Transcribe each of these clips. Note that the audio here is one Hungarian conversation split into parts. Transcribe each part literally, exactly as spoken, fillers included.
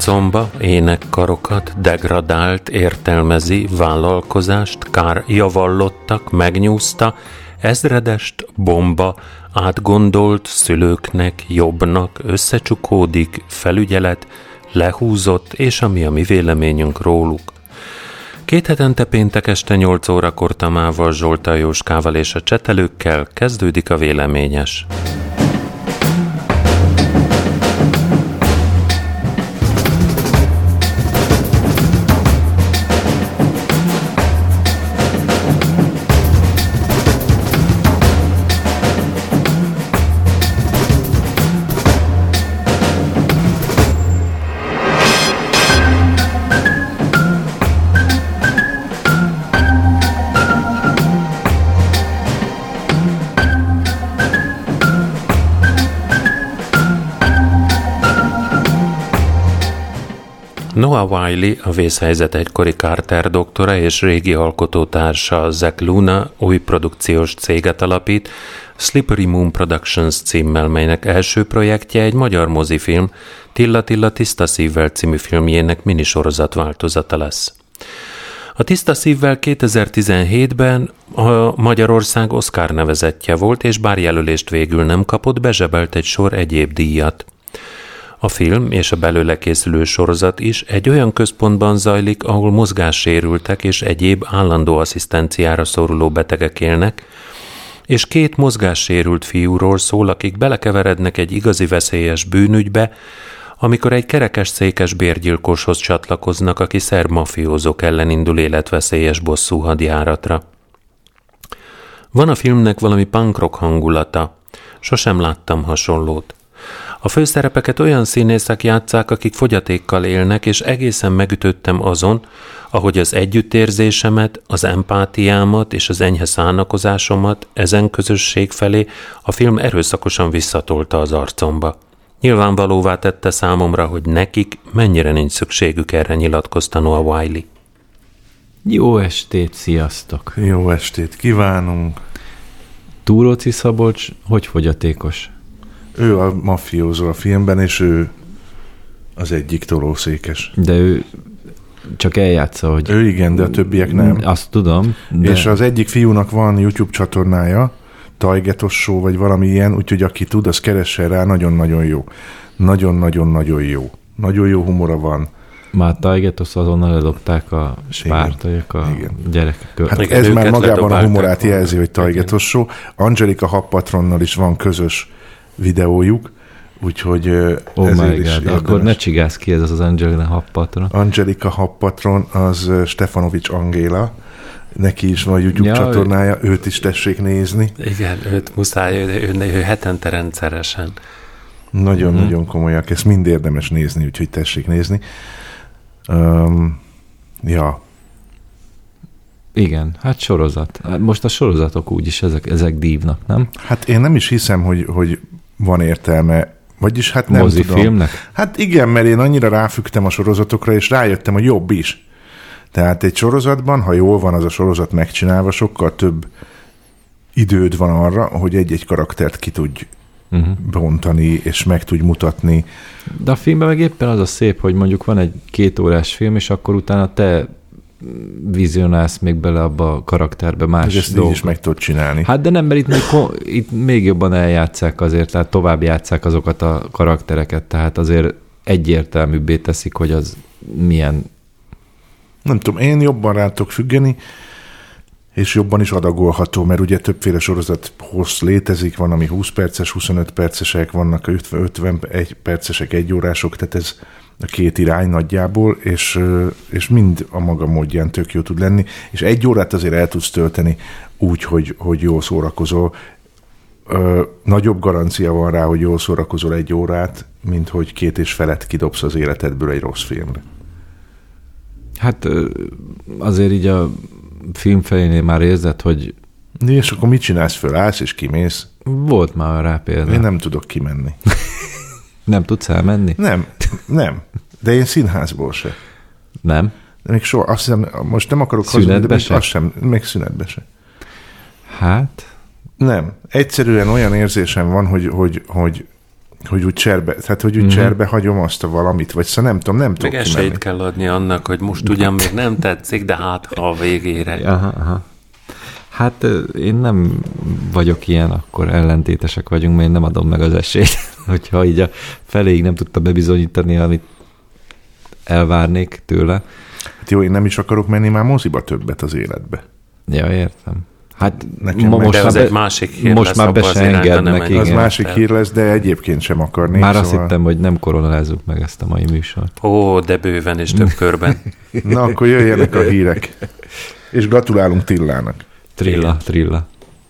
arcomba, énekkarokat, degradált, értelmezi, vállalkozást, kár javallottak, megnyúzta, ezredest, bomba, átgondolt, szülőknek, jobbnak, összecsukódik, felügyelet, lehúzott, és ami a mi véleményünk róluk. Két hetente péntek este nyolc órakor Tamával, Zsoltal, Jóskával és a csetelőkkel kezdődik a Véleményes. Noah Wyle, a Vészhelyzet egykori Carter doktora és régi alkotótársa Zach Luna új produkciós céget alapít, Slippery Moon Productions címmel, melynek első projektje egy magyar mozifilm, Tilla Tilla Tiszta Szívvel című filmjének minisorozat változata lesz. A Tiszta Szívvel kétezer-tizenhétben a Magyarország Oscar nevezettje volt, és bár jelölést végül nem kapott, bezsebelt egy sor egyéb díjat. A film és a belőle készülő sorozat is egy olyan központban zajlik, ahol mozgássérültek és egyéb állandó asszisztenciára szoruló betegek élnek, és két mozgássérült fiúról szól, akik belekeverednek egy igazi veszélyes bűnügybe, amikor egy kerekesszékes bérgyilkoshoz csatlakoznak, aki szerb mafiózók ellen indul életveszélyes bosszú hadjáratra. Van a filmnek valami punk rock hangulata. Sosem láttam hasonlót. A főszerepeket olyan színészek játsszák, akik fogyatékkal élnek, és egészen megütöttem azon, ahogy az együttérzésemet, az empátiámat és az enyhe szánakozásomat ezen közösség felé a film erőszakosan visszatolta az arcomba. Nyilvánvalóvá tette számomra, hogy nekik mennyire nincs szükségük erre, nyilatkozta Noah Wyle. Jó estét, sziasztok! Jó estét kívánunk! Túróczi Szabolcs, hogy fogyatékos? Ő a mafiózó a filmben, és ő az egyik tolószékes. De ő csak eljátsza, hogy... Ő igen, de a többiek nem. Azt tudom. De... És az egyik fiúnak van YouTube csatornája, Tajgetos Show, vagy valami ilyen, úgyhogy aki tud, az keressen rá, nagyon-nagyon jó. Nagyon-nagyon-nagyon jó. Nagyon jó humora van. Már Tajgetos azonnal ledobták a spártaiak a igen. gyerekek. Hát igen, ez már magában a humorát jelzi, hogy Tajgetos Show. Angelika Habpatronnal is van közös videójuk, úgyhogy oh ezért is érdemes. Akkor ne csigász ki ez az Angelika Habpatron. Angelika Habpatron az Stefanovics Angéla, neki is van YouTube ja, csatornája, ő... őt is tessék nézni. Igen, őt muszáj, ő, ő, ő hetente rendszeresen. Nagyon-nagyon mm-hmm. komolyak, ezt mind érdemes nézni, úgyhogy tessék nézni. Um, ja. Igen, hát sorozat. Most a sorozatok úgyis ezek, ezek dívnak, nem? Hát én nem is hiszem, hogy, hogy van értelme, vagyis hát nem tudom. Mozifilmnek? Hát igen, mert én annyira ráfügtem a sorozatokra, és rájöttem, hogy jobb is. Tehát egy sorozatban, ha jól van az a sorozat megcsinálva, sokkal több időd van arra, hogy egy-egy karaktert ki tudj uh-huh. bontani, és meg tudj mutatni. De a filmben meg éppen az a szép, hogy mondjuk van egy két órás film, és akkor utána te vizionálsz még bele abba a karakterbe más ezt dolgokat. Így is meg tudod csinálni. Hát de nem, mert itt még, itt még jobban eljátszák azért, tehát tovább játszák azokat a karaktereket, tehát azért egyértelműbbé teszik, hogy az milyen. Nem tudom, én jobban rá tudok függeni, és jobban is adagolható, mert ugye többféle sorozat hossz létezik, van, ami húsz perces, huszonöt percesek, vannak ötvenegy percesek, egyórások, tehát ez a két irány nagyjából, és, és mind a maga módján tök jó tud lenni, és egy órát azért el tudsz tölteni úgy, hogy, hogy jól szórakozol. Ö, nagyobb garancia van rá, hogy jól szórakozol egy órát, mint hogy két és felet kidobsz az életedből egy rossz filmre. Hát azért így a film felénél már érzed, hogy... És akkor mit csinálsz föl? Állsz és kimész? Volt már rá például. Én nem tudok kimenni. Nem tudsz elmenni? Nem, nem. De én színházból se. Nem? De még soha, azt hiszem, most nem akarok hazudni, de még, azt sem, még szünetbe se. Hát? Nem. Egyszerűen olyan érzésem van, hogy, hogy, hogy hogy úgy cserbe, tehát hogy úgy mm. cserbe hagyom azt a valamit, vagy szóval nem tudom, nem tudom meg esélyt kell adni annak, hogy most ugyan még nem tetszik, de hát ha a végére. Aha, aha. Hát én nem vagyok ilyen, akkor ellentétesek vagyunk, mert én nem adom meg az esélyt, hogyha így a feléig nem tudta bebizonyítani, amit elvárnék tőle. Hát jó, én nem is akarok menni már moziba többet az életbe. Ja, értem. Hát nekem most de az be, egy másik hír most lesz, már be se engednek. Az másik hír lesz, de egyébként sem akarnék. Már szóval... azt hittem, hogy nem koronázzuk meg ezt a mai műsort. Ó, de bőven és több körben. Na, akkor jöjjenek a hírek. És gratulálunk Tillának. Trilla, Trilla.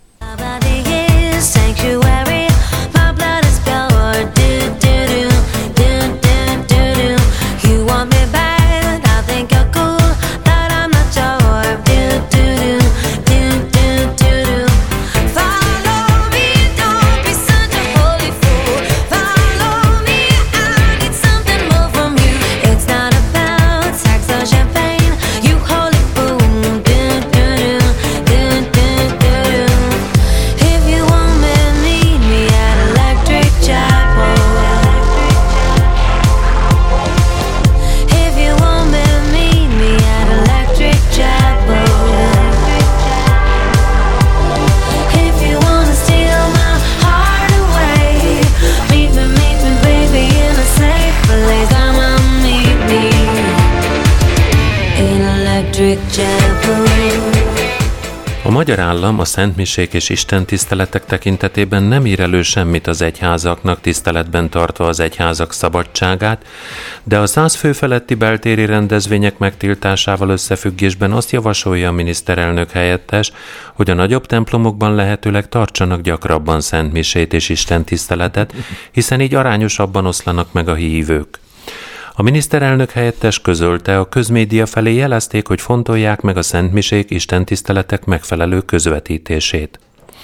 A magyar állam a szentmisék és istentiszteletek tekintetében nem ír elő semmit az egyházaknak, tiszteletben tartva az egyházak szabadságát, de a száz fő feletti beltéri rendezvények megtiltásával összefüggésben azt javasolja a miniszterelnök helyettes, hogy a nagyobb templomokban lehetőleg tartsanak gyakrabban szentmisét és istentiszteletet, hiszen így arányosabban oszlanak meg a hívők. A miniszterelnök helyettes közölte, a közmédia felé jelezték, hogy fontolják meg a szentmisék istentiszteletek megfelelő közvetítését.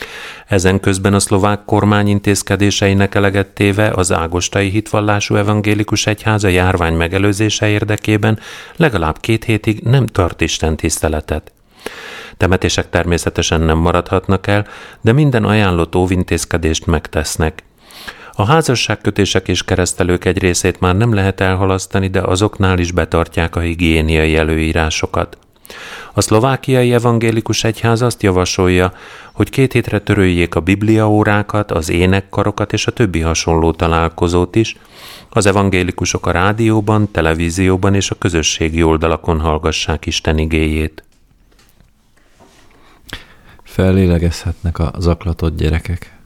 Ezen közben a szlovák kormány intézkedéseinek eleget téve az ágostai hitvallású evangélikus egyház a járvány megelőzése érdekében legalább két hétig nem tart istentiszteletet. Temetések természetesen nem maradhatnak el, de minden ajánlott óvintézkedést megtesznek. A házasságkötések és keresztelők egy részét már nem lehet elhalasztani, de azoknál is betartják a higiéniai előírásokat. A szlovákiai evangélikus egyház azt javasolja, hogy két hétre töröljék a bibliaórákat, az énekkarokat és a többi hasonló találkozót is. Az evangélikusok a rádióban, televízióban és a közösségi oldalakon hallgassák Isten igéjét. Fellélegezhetnek a zaklatott gyerekek.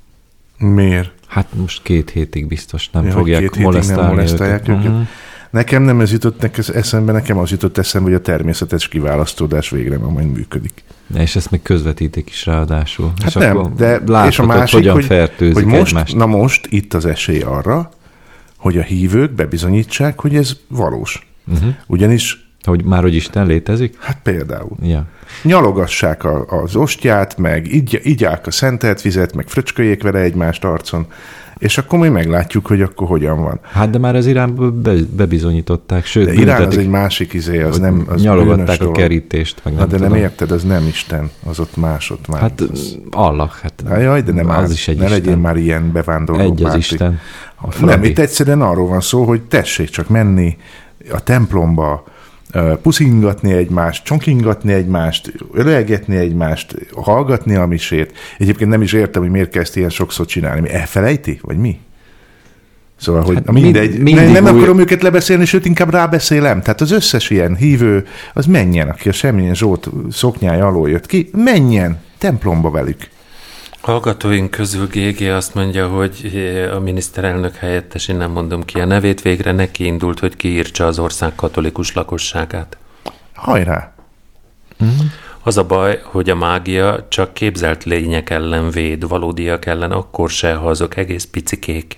Miért? Hát most két hétig biztos nem ja, fogják molesztálni nem molesztálják őket. őket. Uh-huh. Nekem nem ez jutott eszembe, nekem az jutott eszembe, hogy a természetes kiválasztódás végre ma majd működik. És ezt még közvetítik is ráadásul. Hát és nem, de látod, és a másik, hogyan hogy, fertőzik hogy most, egymást. Na most itt az esély arra, hogy a hívők bebizonyítsák, hogy ez valós. Uh-huh. Ugyanis hogy már hogy Isten létezik? Hát például. Ja. Nyalogassák a, az ostját, meg igy, igyák a szentelt vizet, meg fröcsköljék vele egymást arcon, és akkor majd meglátjuk, hogy akkor hogyan van. Hát de már az Iránban be, bebizonyították, sőt, de Irán az egy másik izé, az nem... Az nyalogatták a kerítést, meg nem Na, de tudom. nem érted, az nem Isten, az ott másod már. Hát az... Allah, hát... Há, jaj, de nem az az, is egy ne Isten. legyél már ilyen bevándorló Egy az párti. Isten. Nem, itt egyszerűen arról van szó, hogy tessék csak menni a templomba, puszingatni egymást, csonkingatni egymást, ölelgetni egymást, hallgatni a misét. Egyébként nem is értem, hogy miért kell ezt ilyen sokszor csinálni. Mi elfelejti? Vagy mi? Szóval, hogy hát mindegy. Mind, nem nem új... akarom őket lebeszélni, sőt, inkább rábeszélem. Tehát az összes ilyen hívő, az menjen, aki a semmilyen Zsolt szoknyája alól jött ki, menjen templomba velük. Hallgatóink közül gé gé azt mondja, hogy a miniszterelnök helyettes, én nem mondom ki a nevét, végre neki indult, hogy kiírtsa az ország katolikus lakosságát. Hajrá! Mm-hmm. Az a baj, hogy a mágia csak képzelt lények ellen véd, valódiak ellen akkor se, ha azok egész picikék.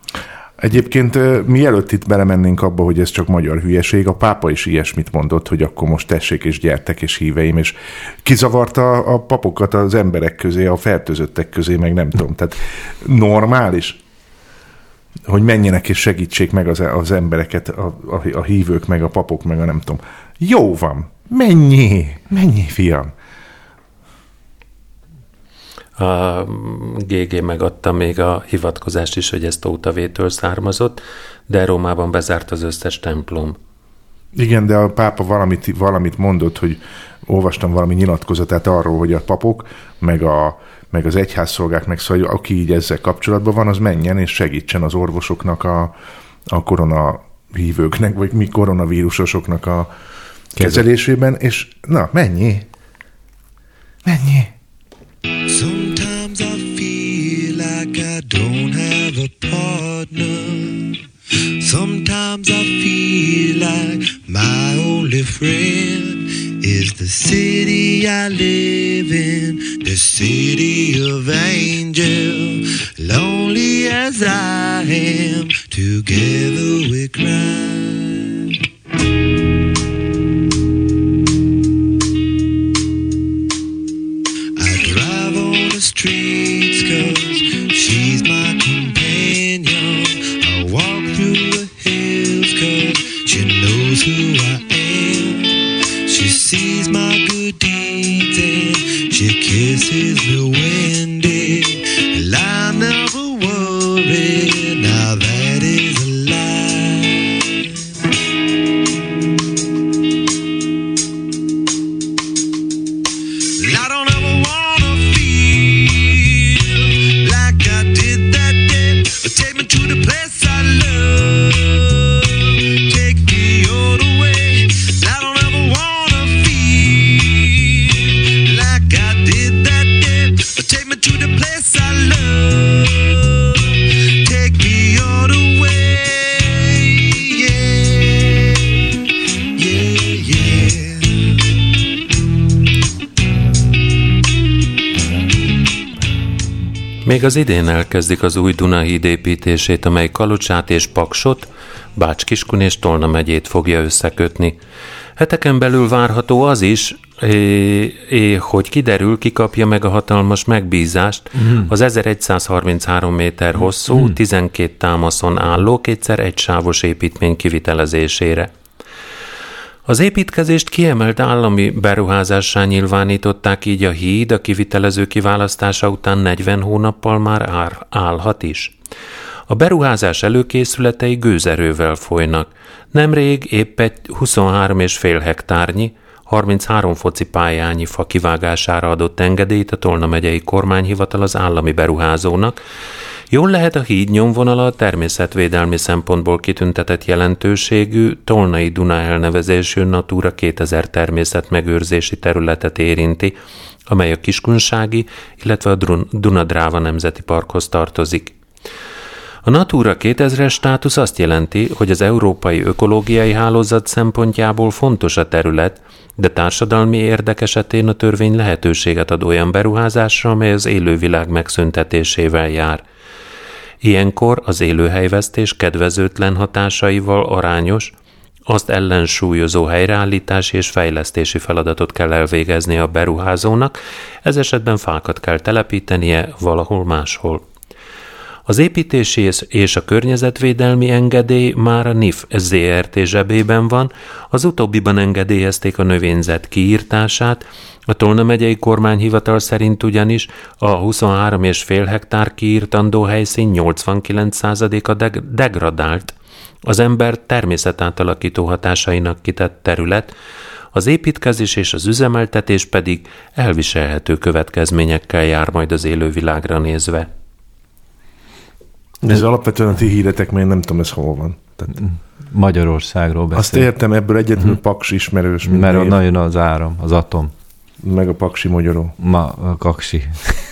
Egyébként mielőtt itt belemennénk abba, hogy ez csak magyar hülyeség, a pápa is ilyesmit mondott, hogy akkor most tessék és gyertek és híveim, és kizavarta a papokat az emberek közé, a fertőzöttek közé, meg nem tudom. Tehát normális, hogy menjenek és segítsék meg az, az embereket, a, a, a hívők, meg a papok, meg a nem tudom. Jó van, menjé, menjé, fiam. A gé gé megadta még a hivatkozást is, hogy ez Tóta V-től származott, de Rómában bezárt az összes templom. Igen, de a pápa valamit, valamit mondott, hogy olvastam valami nyilatkozatát arról, hogy a papok, meg, a, meg az egyházszolgák, meg szóval, aki így ezzel kapcsolatban van, az menjen és segítsen az orvosoknak, a, a koronavívőknek, vagy mi koronavírusosoknak a kezelésében, és na, mennyi? Mennyi? Sometimes I feel like I don't have a partner. Sometimes I feel like my only friend is the city I live in, the city of angel. Lonely as I am, together we cry. I drive on the streets 'cause she's my companion. I walk through the hills 'cause she knows who I am. She sees my good deeds and she kisses me when day. And I never worry, now that is a lie. I don't ever wanna feel like I did that day. Take me to the place I love. Take me all the way. I don't ever wanna feel like I did that day. Take me to the place I love. Take me all the way. Yeah, yeah, yeah. Még az idén elkezdik az új Dunahíd építését, amely Kalocsát és Paksot, Bács-Kiskun és Tolna megyét fogja összekötni. Heteken belül várható az is, é, é, hogy kiderül, ki kapja meg a hatalmas megbízást mm. az ezeregyszázharminchárom méter hosszú, mm. tizenkét támaszon álló, kétszer egysávos építmény kivitelezésére. Az építkezést kiemelt állami beruházássá nyilvánították, így a híd a kivitelező kiválasztása után negyven hónappal már ár, állhat is. A beruházás előkészületei gőzerővel folynak. Nemrég épp egy huszonhárom egész öt hektárnyi, harminchárom focipályányi fa kivágására adott engedélyt a Tolna megyei kormányhivatal az állami beruházónak. Jól lehet, a híd nyomvonala a természetvédelmi szempontból kitüntetett jelentőségű Tolnai Duna elnevezésű Natura kétezer természetmegőrzési területet érinti, amely a Kiskunsági, illetve a Duna-Dráva Nemzeti Parkhoz tartozik. A Natura kétezres státusz azt jelenti, hogy az európai ökológiai hálózat szempontjából fontos a terület, de társadalmi érdek esetén a törvény lehetőséget ad olyan beruházásra, amely az élővilág megszüntetésével jár. Ilyenkor az élőhelyvesztés kedvezőtlen hatásaival arányos, azt ellensúlyozó helyreállítási és fejlesztési feladatot kell elvégezni a beruházónak, ez esetben fákat kell telepítenie valahol máshol. Az építési és a környezetvédelmi engedély már a NIF zé er té zsebében van, az utóbbiban engedélyezték a növényzet kiírtását, a Tolna megyei kormányhivatal szerint ugyanis a huszonhárom egész öt hektár kiírtandó helyszín nyolcvankilenc százaléka deg- degradált, az ember természetátalakító hatásainak kitett terület, az építkezés és az üzemeltetés pedig elviselhető következményekkel jár majd az élővilágra nézve. Ez alapvetően a ti híretek, mert én nem tudom, ez hol van. Tehát Magyarországról beszél. azt értem, ebből egyetlenül Paks ismerős. Mert név. Nagyon az áram, az atom. Meg a paksi magyaró. Ma a kaksi.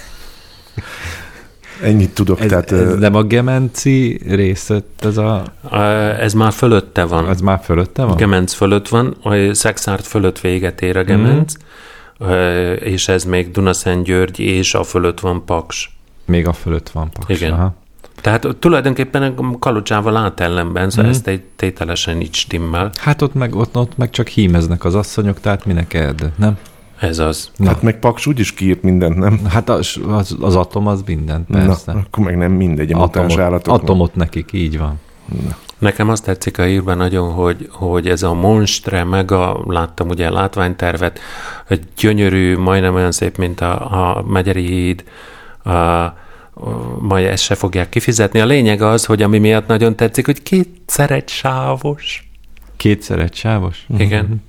Ennyit tudok. Ez, tehát, ez nem a Gemenci részött, ez a... Ez már fölötte van. Ez már fölötte van? Gemenc fölött van, a Szexárd fölött véget ér a Gemenc, mm. és ez még Dunaszentgyörgy, és a fölött van Paks. Még a fölött van Paks. Igen. Aha. Tehát tulajdonképpen Kalocsával át ellenben, szóval mm. ezt egy tételesen így stimmel. Hát ott meg, ott, ott meg csak hímeznek az asszonyok, tehát minek erd, nem? Ez az. Na. Hát meg Paks úgyis kiírt mindent, nem? Hát az, az, az atom az mindent, persze. Na, akkor meg nem mindegy, a mutáns állatoknak. Atomot nekik, így van. Na. Nekem azt tetszik a hírben nagyon, hogy, hogy ez a monstre, meg a, láttam ugye a látványtervet, egy gyönyörű, majdnem olyan szép, mint a, a Megyeri híd, a, a, majd ezt se fogják kifizetni. A lényeg az, hogy ami miatt nagyon tetszik, hogy kétszer egy sávos. Kétszer egy sávos? Igen.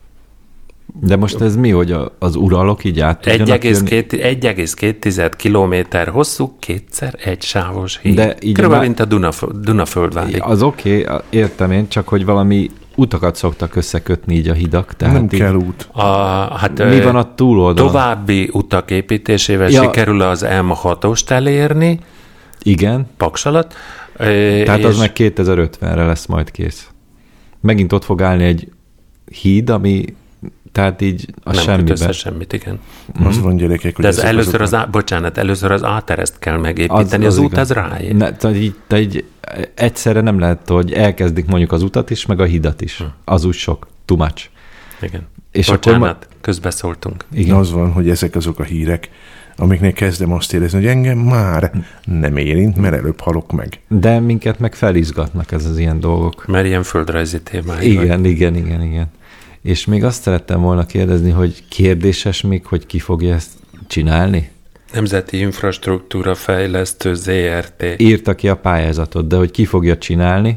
De most ez mi, hogy a, az uralok így át tudjanak jönni? egy egész két kilométer hosszú, kétszer egy sávos híd. De így körülbelül, már... mint a Dunaf- Dunaföldvári. Az oké, okay, értem én, csak hogy valami utakat szoktak összekötni így a hidak. Tehát nem így... kell út. A, hát, mi van a túloldalon? További utak építésével ja. sikerül az em hatost elérni. Igen. Paks alatt. Tehát és... az meg kétezer-ötvenre lesz majd kész. Megint ott fog állni egy híd, ami tehát így a nem semmiben. Nem semmit, igen. Mm-hmm. Azt van gyerekek, hogy de ez először az, á, bocsánat, először az átereszt kell megépíteni, az, az, az út az ráér. Ne, tehát így, tehát így egyszerre nem lehet, hogy elkezdik mondjuk az utat is, meg a hidat is. Hm. Az úgy sok. Too much. Igen. És bocsánat, akkor... közbeszóltunk. Igen. Az van, hogy ezek azok a hírek, amiknél kezdem azt érezni, hogy engem már nem érint, mert előbb halok meg. De minket meg felizgatnak ez az ilyen dolgok. Mert ilyen földrajzi témája. Igen, vagy. igen, igen, igen. És még azt szerettem volna kérdezni, hogy kérdéses még, hogy ki fogja ezt csinálni? Nemzeti Infrastruktúra Fejlesztő zé er té. Írta ki a pályázatot, de hogy ki fogja csinálni,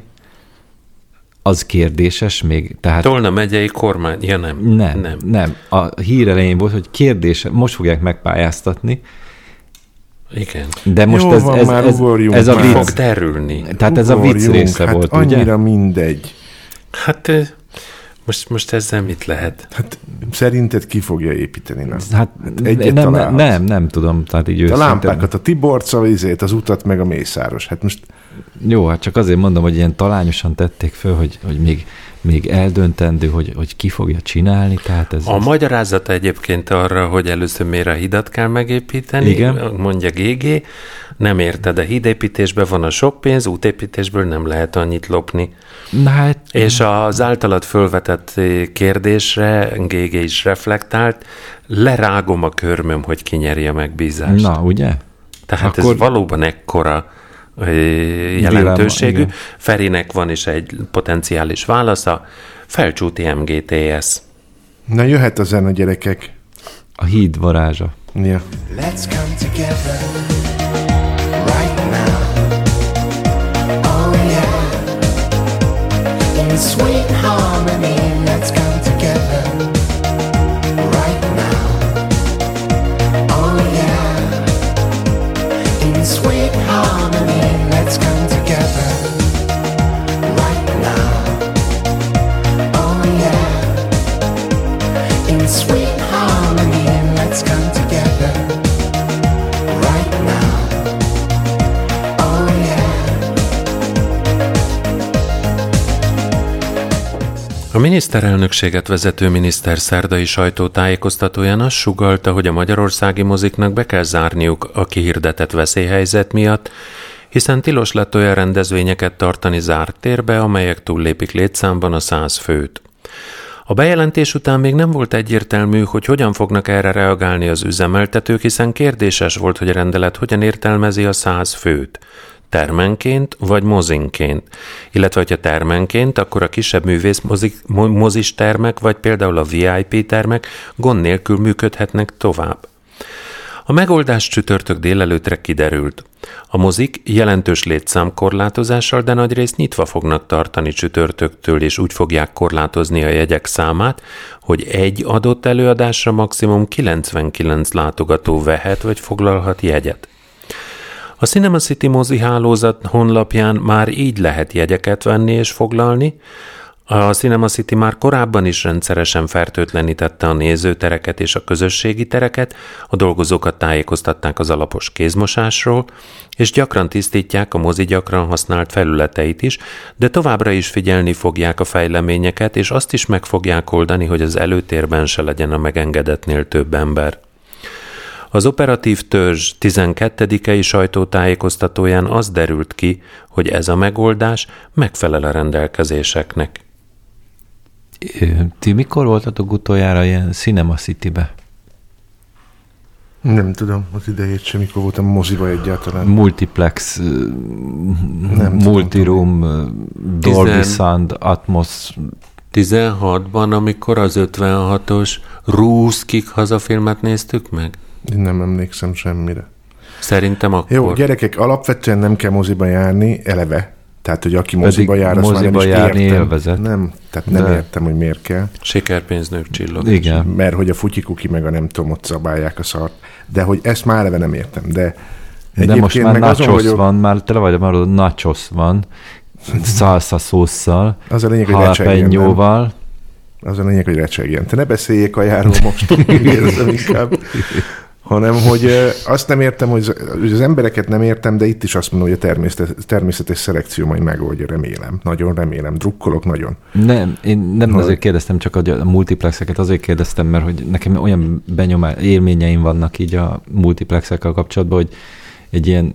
az kérdéses még. Tehát... Tolna megyei kormány. Ja, nem. Nem, nem. nem. A hír elején volt, hogy kérdése, most fogják megpályáztatni. Igen. De most jó, ez, van, ez, már ez, ez a vicc. Fog terülni. Tehát ez ugorjunk, a vicc része hát volt, annyira ugye? mindegy. Hát most, most ezzel mit lehet? Hát szerinted ki fogja építeni? Nem, hát, hát nem, nem, nem, nem tudom. Tehát így a lámpákat, a Tiborca, izét, az utat, meg a Mészáros. Hát most... Jó, hát csak azért mondom, hogy ilyen talányosan tették föl, hogy, hogy még, még eldöntendő, hogy, hogy ki fogja csinálni. Tehát ez, a ez... magyarázata egyébként arra, hogy először miért a hidat kell megépíteni, igen? Mondja gé gé, nem érted, a hídépítésben van a sok pénz, útépítésből nem lehet annyit lopni. Na hát... És az általad fölvetett kérdésre gé gé is reflektált, lerágom a körmöm, hogy kinyeri a megbízást. Na, ugye? Tehát Akkor... ez valóban ekkora jelentőségű. Dilemma, Ferinek van is egy potenciális válasza, Felcsúti em gé té es. Na jöhet a zene, gyerekek. A híd varázsa. Ja. Let's come together right now. Oh yeah. In sweet harmony, let's come together right now. Oh yeah. In sweet harmony, let's come together right now. Oh yeah. In sweet harmony, let's come together right now. Oh yeah. A miniszterelnökséget vezető miniszter szerdai sajtótájékoztatóján azt sugallta, hogy a magyarországi moziknak be kell zárniuk a kihirdetett veszélyhelyzet miatt, hiszen tilos lett olyan rendezvényeket tartani zárt térbe, amelyek túllépik létszámban a száz főt. A bejelentés után még nem volt egyértelmű, hogy hogyan fognak erre reagálni az üzemeltetők, hiszen kérdéses volt, hogy a rendelet hogyan értelmezi a száz főt. Termenként vagy mozinként. Illetve, hogyha termenként, akkor a kisebb művész mozik, mozis termek, vagy például a vé i pé termek gond nélkül működhetnek tovább. A megoldás csütörtök délelőttre kiderült. A mozik jelentős létszámkorlátozással, de nagyrészt nyitva fognak tartani csütörtöktől, és úgy fogják korlátozni a jegyek számát, hogy egy adott előadásra maximum kilencvenkilenc látogató vehet vagy foglalhat jegyet. A Cinema City mozi hálózat honlapján már így lehet jegyeket venni és foglalni. A Cinema City már korábban is rendszeresen fertőtlenítette a nézőtereket és a közösségi tereket, a dolgozókat tájékoztatták az alapos kézmosásról, és gyakran tisztítják a mozi gyakran használt felületeit is, de továbbra is figyelni fogják a fejleményeket, és azt is meg fogják oldani, hogy az előtérben se legyen a megengedetnél több ember. Az operatív törzs tizenkettedikei sajtótájékoztatóján az derült ki, hogy ez a megoldás megfelel a rendelkezéseknek. Ti mikor voltatok utoljára ilyen Cinema City-be? Nem tudom, az idejét sem, mikor voltam moziba egyáltalán. Multiplex, nem multiroom, Dolby Tizen... Sound, Atmos. tizenhatban, amikor az ötvenhatos Rúszkik hazafilmet néztük meg? Én nem emlékszem semmire. Szerintem akkor... Jó, gyerekek, alapvetően nem kell moziba járni, eleve. Tehát, hogy aki moziba Pedig jár, azt már nem moziba is járni értem. élvezet. Nem, tehát nem De- értem, hogy miért kell. Sikerpénznők csillog. Igen. Mert hogy a futyikuki meg a nem tudom, ott szabálják a szart. De hogy ezt már eleve nem értem. De, De most már meg azon nachos vagyok- van, már tele vagy arról, nachos van, salsa szósszal, Az a lényeg, hogy recsegjen, nem? jalapenyóval. Az a lényeg, hogy recsegjen. Te ne beszéljék kajáról most, érzem inkább. Hanem, hogy ö, azt nem értem, hogy az, hogy az embereket nem értem, de itt is azt mondom, hogy a természetes, természetes szelekció majd megoldja, remélem. Nagyon remélem, drukkolok nagyon. Nem, én nem Ha- azért kérdeztem, csak a multiplexeket azért kérdeztem, mert hogy nekem olyan benyomás, élményeim vannak így a multiplexekkel kapcsolatban, hogy egy ilyen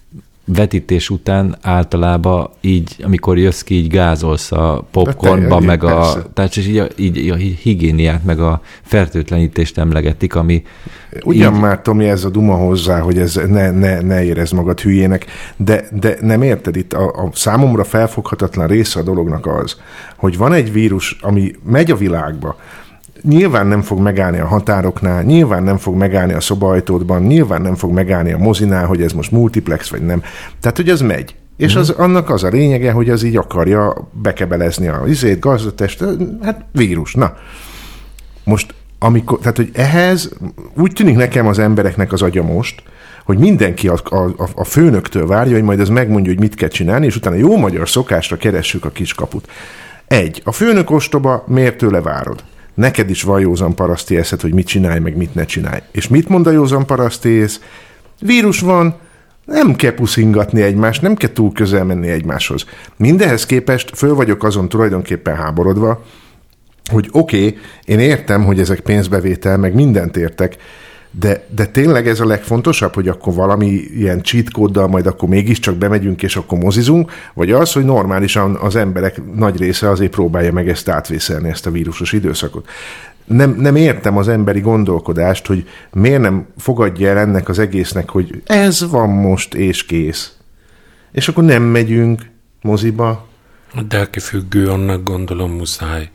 vetítés után általában így, amikor jössz ki, így gázolsz a popcornba, te- meg a, persze. tehát így a, így a higiéniát, meg a fertőtlenítést emlegetik, ami Ugyan így- már, Tomi, ez a duma hozzá, hogy ez ne, ne, ne érezd magad hülyének, de, de nem érted, itt a, a számomra felfoghatatlan része a dolognak az, hogy van egy vírus, ami megy a világba, nyilván nem fog megállni a határoknál, nyilván nem fog megállni a szobaajtódban, nyilván nem fog megállni a mozinál, hogy ez most multiplex vagy nem. Tehát, hogy az megy. És az, annak az a lényege, hogy az így akarja bekebelezni a izét, gazdatest, hát vírus, na. Most, amikor, tehát, hogy ehhez úgy tűnik nekem az embereknek az agya most, hogy mindenki a, a, a főnöktől várja, hogy majd az megmondja, hogy mit kell csinálni, és utána jó magyar szokásra keressük a kiskaput. Egy, a főnök ostoba, miért tőle várod? Neked is van józan paraszti eszed, hogy mit csinálj, meg mit ne csinálj. És mit mond a józan paraszti ész? Vírus van, nem kell puszingatni egymást, nem kell túl közel menni egymáshoz. Mindehez képest föl vagyok azon tulajdonképpen háborodva, hogy oké, okay, én értem, hogy ezek pénzbevétel, meg mindent értek, de, de tényleg ez a legfontosabb, hogy akkor valami ilyen cheat kóddal majd akkor mégiscsak bemegyünk, és akkor mozizunk, vagy az, hogy normálisan az emberek nagy része azért próbálja meg ezt átvészelni, ezt a vírusos időszakot. Nem, nem értem az emberi gondolkodást, hogy miért nem fogadja el ennek az egésznek, hogy ez van most, és kész. És akkor nem megyünk moziba. De aki függő, annak gondolom muszáj.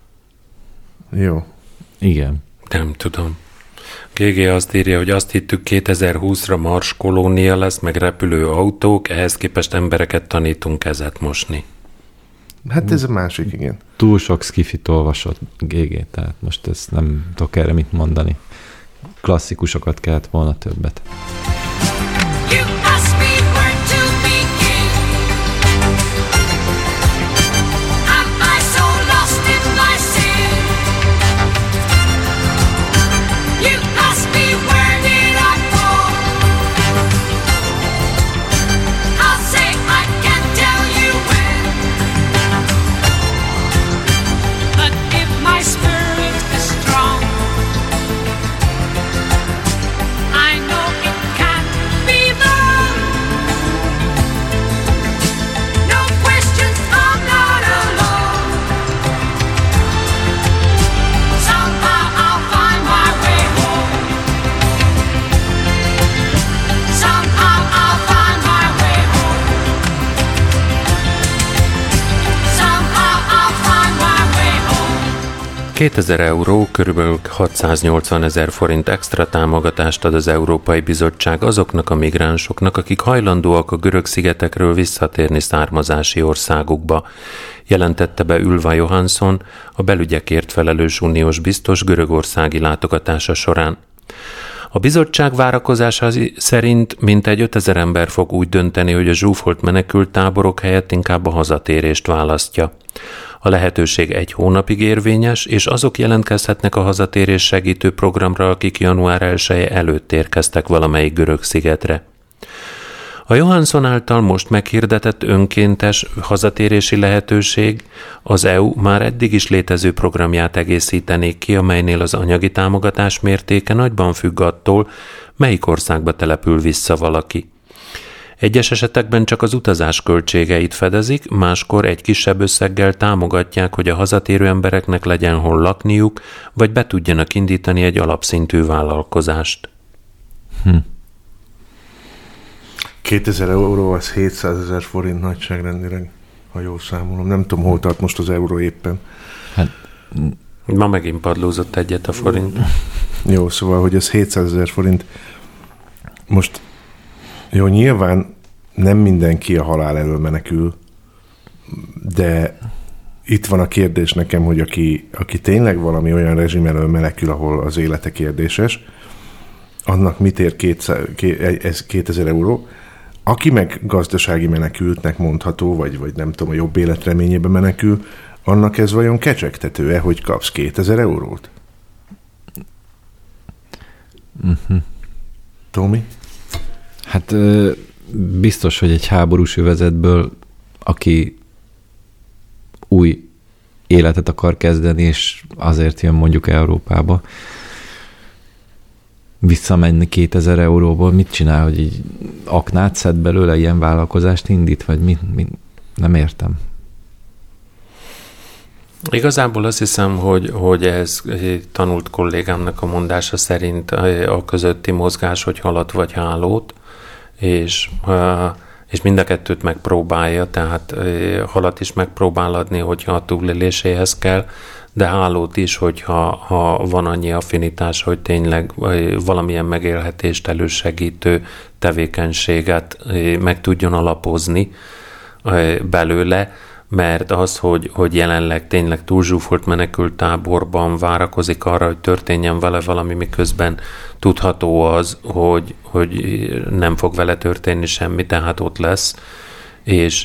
Jó. igen. Nem tudom. gé gé azt írja, hogy azt hittük kétezer-húszra Mars kolónia lesz, meg repülő autók, ehhez képest embereket tanítunk kezet mosni. Hát ez a másik, igen. Túl sok skifit olvasott gé gé, tehát most ezt nem tudok erre mit mondani. Klasszikusokat kellett volna többet. You ask me where to begin. Am I so lost in my sin? You ask me where did I fall? I'll say I can't tell you when. But if my spirit is strong, I know it can be done. No questions, I'm not alone. Somehow I'll find my way home. Somehow I'll find my way home. Somehow I'll find my way home. kétezer euró, körülbelül hatszáznyolcvan ezer forint extra támogatást ad az Európai Bizottság azoknak a migránsoknak, akik hajlandóak a görög szigetekről visszatérni származási országukba, jelentette be Ylva Johansson, a belügyekért felelős uniós biztos görögországi látogatása során. A bizottság várakozása szerint mintegy ötezer ember fog úgy dönteni, hogy a zsúfolt menekült táborok helyett inkább a hazatérést választja. A lehetőség egy hónapig érvényes, és azok jelentkezhetnek a hazatérés segítő programra, akik január elseje előtt érkeztek valamelyik görög szigetre. A Johansson által most meghirdetett önkéntes hazatérési lehetőség az é u már eddig is létező programját egészítenék ki, amelynél az anyagi támogatás mértéke nagyban függ attól, melyik országba települ vissza valaki. Egyes esetekben csak az utazás költségeit fedezik, máskor egy kisebb összeggel támogatják, hogy a hazatérő embereknek legyen hol lakniuk, vagy be tudjanak indítani egy alapszintű vállalkozást. Hm. kétezer euró az hétszázezer forint nagyságrendileg, ha jól számolom. Nem tudom, hol tart most az euró éppen. Hát, Ma megint padlózott egyet a forint. Jó, szóval, hogy ez hétszázezer forint. Most Jó, nyilván nem mindenki a halál elől menekül, de itt van a kérdés nekem, hogy aki, aki tényleg valami olyan rezsim elől menekül, ahol az élete kérdéses, annak mit ér kétezer euró. Aki meg gazdasági menekültnek mondható, vagy, vagy nem tudom, a jobb életreményébe menekül, annak ez vajon kecsegtető-e, hogy kapsz kétezer eurót? Uh-huh. Tomi? Hát biztos, hogy egy háborús övezetből, aki új életet akar kezdeni, és azért jön mondjuk Európába, visszamenni kétezer euróból, mit csinál, hogy így aknát szed belőle, ilyen vállalkozást indít, vagy mit, mit? Nem értem. Igazából azt hiszem, hogy, hogy ez tanult kollégámnak a mondása szerint a közötti mozgás, hogy halat vagy hálót, és, és mind a kettőt megpróbálja, tehát halat is megpróbál adni, hogyha a túléléséhez kell, de hálót is, hogyha ha van annyi affinitás, hogy tényleg valamilyen megélhetést elősegítő tevékenységet meg tudjon alapozni belőle, mert az, hogy, hogy jelenleg tényleg túlzsúfolt menekült táborban várakozik arra, hogy történjen vele valami, miközben tudható az, hogy, hogy nem fog vele történni semmi, tehát ott lesz, és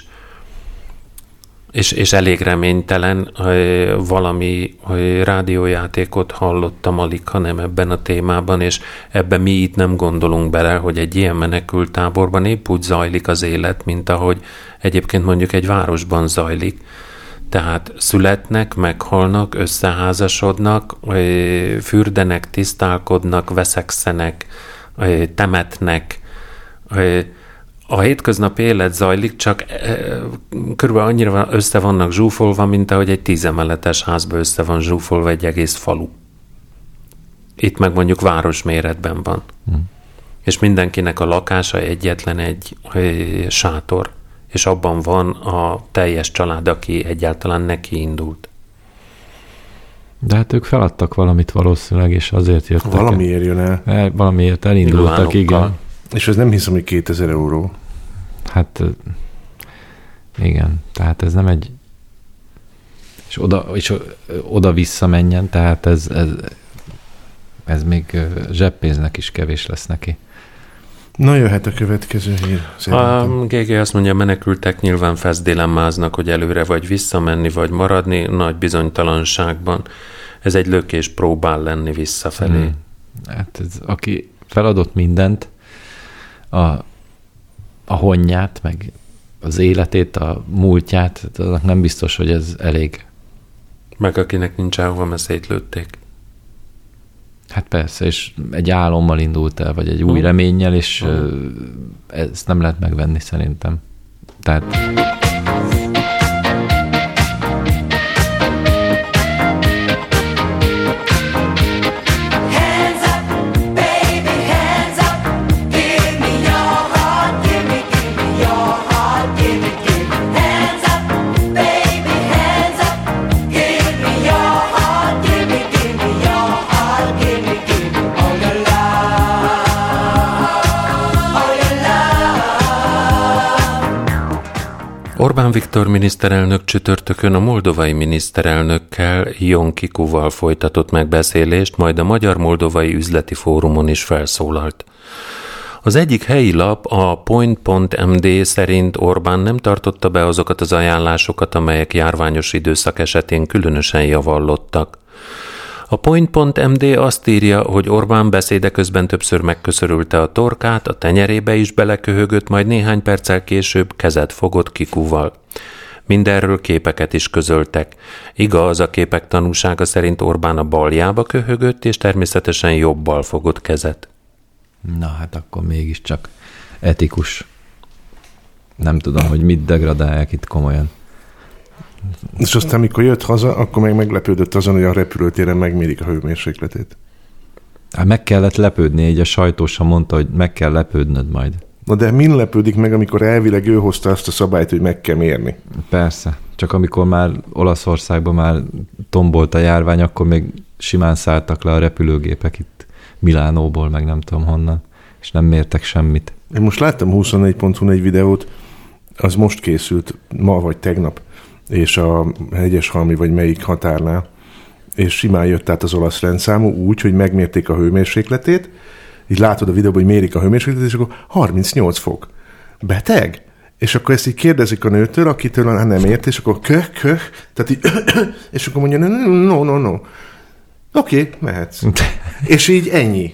És, és elég reménytelen, valami rádiójátékot hallottam alig, hanem ebben a témában, és ebben mi itt nem gondolunk bele, hogy egy ilyen menekült táborban épp úgy zajlik az élet, mint ahogy egyébként mondjuk egy városban zajlik. Tehát születnek, meghalnak, összeházasodnak, fürdenek, tisztálkodnak, veszekszenek, temetnek, a hétköznapi élet zajlik, csak e, körülbelül annyira össze vannak zsúfolva, mint ahogy egy tízemeletes házba össze van zsúfolva egy egész falu. Itt meg mondjuk városméretben van. Hmm. És mindenkinek a lakása egyetlen egy e, sátor, és abban van a teljes család, aki egyáltalán neki indult. De hát ők feladtak valamit valószínűleg, és azért jöttek. Valamiért jön el. el valamiért elindultak, igen. És ez nem hiszem, hogy kétezer euró. Hát igen, tehát ez nem egy és oda, és oda visszamenjen, tehát ez, ez, ez még zseppénznek is kevés lesz neki. Na jöhet a következő hír. A gé gé azt mondja, menekültek nyilván feszdilemmáznak, hogy előre vagy visszamenni, vagy maradni nagy bizonytalanságban. Ez egy lökés próbál lenni visszafelé. Hmm. Hát ez, aki feladott mindent, a, a honnyát, meg az életét, a múltját, annak nem biztos, hogy ez elég. Meg akinek nincs elhova, mert szétlőtték. Hát persze, és egy álommal indult el, vagy egy új hmm. reménnyel, és hmm. ezt nem lehet megvenni szerintem. Tehát... Orbán Viktor miniszterelnök csütörtökön a moldovai miniszterelnökkel, Ion Kikuval folytatott megbeszélést, majd a Magyar-Moldovai Üzleti Fórumon is felszólalt. Az egyik helyi lap, a point pont em dé szerint Orbán nem tartotta be azokat az ajánlásokat, amelyek járványos időszak esetén különösen javallottak. A point pont em dé azt írja, hogy Orbán beszéde közben többször megköszörülte a torkát, a tenyerébe is beleköhögött, majd néhány perccel később kezet fogott Kikuval. Mindenről képeket is közöltek. Igaz, a képek tanúsága szerint Orbán a baljába köhögött, és természetesen jobbal fogott kezet. Na hát akkor mégiscsak etikus. Nem tudom, hogy mit degradálják itt komolyan. És aztán, mikor jött haza, akkor meg meglepődött azon, hogy a repülőtéren megmérik a hőmérsékletét. Hát meg kellett lepődni, így a sajtósa mondta, hogy meg kell lepődnöd majd. Na de min lepődik meg, amikor elvileg ő hozta azt a szabályt, hogy meg kell mérni? Persze, csak amikor már Olaszországban már tombolt a járvány, akkor még simán szálltak le a repülőgépek itt Milánóból, meg nem tudom honnan. És és nem mértek semmit. Én most láttam huszonnégy pont hu egy videót, az most készült, ma vagy tegnap, és a Hegyeshalmi vagy melyik határnál, és simán jött át az olasz rendszámú úgy, hogy megmérték a hőmérsékletét, így látod a videóban, hogy mérik a hőmérsékletét, és akkor harmincnyolc fok. Beteg? És akkor ezt így kérdezik a nőtől, akitől hát nem ért, és akkor köh, köh, tehát így, és akkor mondja, no, no, no. Oké, okay, mehetsz. És így ennyi.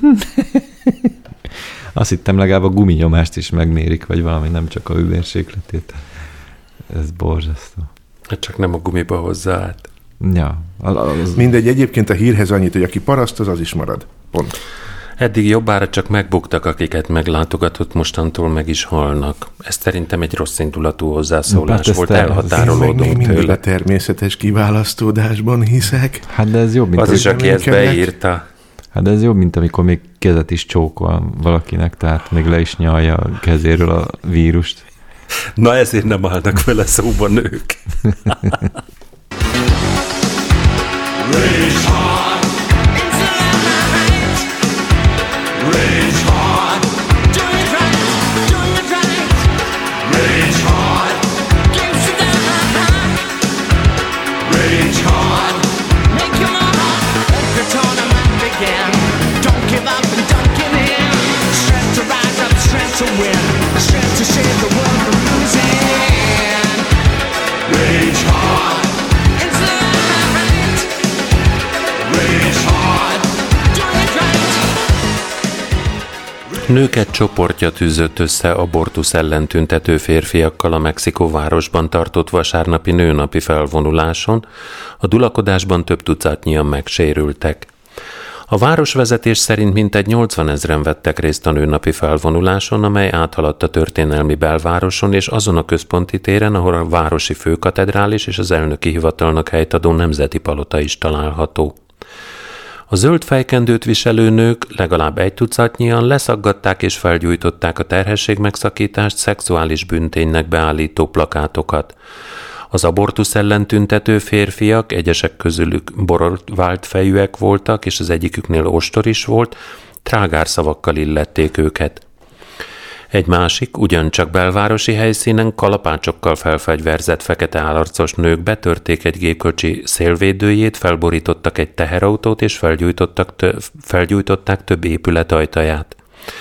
Azt hittem, legalább a guminyomást is megmérik, vagy valami, nem csak a hőmérsékletét. Ez borzasztó. Csak nem a gumiba hozzá át. Ja. Az, az... Mindegy, egyébként a hírhez annyit, hogy aki paraszt, az az is marad. Pont. Eddig jobbára csak megbuktak, akiket meglátogatott, mostantól meg is halnak. Ez szerintem egy rossz indulatú hozzászólás hát volt, el, elhatárolódom még mindig tőle. a természetes kiválasztódásban hiszek. Hát de ez jobb, mint... Az hogy is, aki ezt reménykednek. beírta. Hát de ez jobb, mint amikor még kezet is csókol valakinek, tehát még le is nyalja a kezéről a vírust. Na ezért nem állnak vele szóba nők. Nőket csoportja tűzött össze abortusz ellen tüntető férfiakkal a Mexikó városban tartott vasárnapi nőnapi felvonuláson, a dulakodásban több tucatnyian megsérültek. A városvezetés szerint mintegy nyolcvanezren vettek részt a nőnapi felvonuláson, amely áthaladt a történelmi belvároson és azon a központi téren, ahol a városi főkatedrális és az elnöki hivatalnak helyt adó Nemzeti Palota is található. A zöld fejkendőt viselő nők, legalább egy tucatnyian leszaggatták és felgyújtották a terhesség megszakítást szexuális bűnténynek beállító plakátokat. Az abortusz ellen tüntető férfiak, egyesek közülük borotvált fejűek voltak, és az egyiküknél ostor is volt, trágárszavakkal illették őket. Egy másik, ugyancsak belvárosi helyszínen kalapácsokkal felfegyverzett fekete állarcos nők betörték egy gépkocsi szélvédőjét, felborítottak egy teherautót és felgyújtottak tö- felgyújtották több épület ajtaját.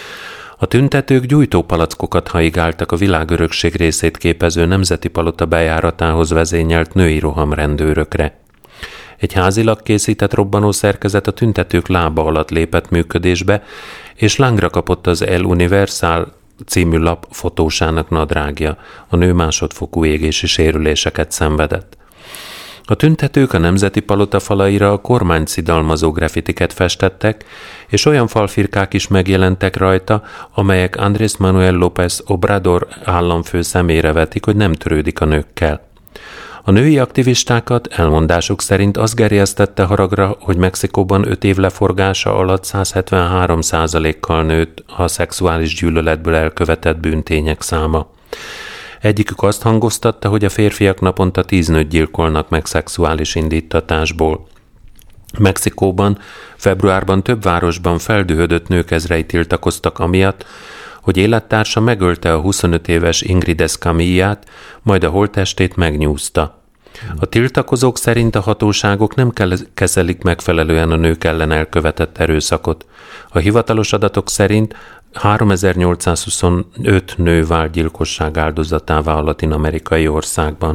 A tüntetők gyújtópalackokat haigáltak a világörökség részét képező Nemzeti Palota bejáratához vezényelt női rohamrendőrökre. Egy házilag készített robbanószerkezet a tüntetők lába alatt lépett működésbe, és lángra kapott az El Universal című lap fotósának nadrágja. A nő másodfokú égési sérüléseket szenvedett. A tüntetők a Nemzeti Palota falaira a kormányt szidalmazó grafitiket festettek, és olyan falfirkák is megjelentek rajta, amelyek Andrés Manuel López Obrador államfő szemére vetik, hogy nem törődik a nőkkel. A női aktivistákat elmondásuk szerint az gerjesztette haragra, hogy Mexikóban öt év leforgása alatt száz hetvenhárom százalékkal nőtt a szexuális gyűlöletből elkövetett bűntények száma. Egyikük azt hangoztatta, hogy a férfiak naponta tíz nőt gyilkolnak meg szexuális indítatásból. Mexikóban februárban több városban feldühödött nők ezrei tiltakoztak amiatt, hogy élettársa megölte a huszonöt éves Ingrid Escamillát, majd a holttestét megnyúzta. A tiltakozók szerint a hatóságok nem kezelik megfelelően a nők ellen elkövetett erőszakot. A hivatalos adatok szerint háromezer-nyolcszázhuszonöt nő vált gyilkosság áldozatává a latin-amerikai országban.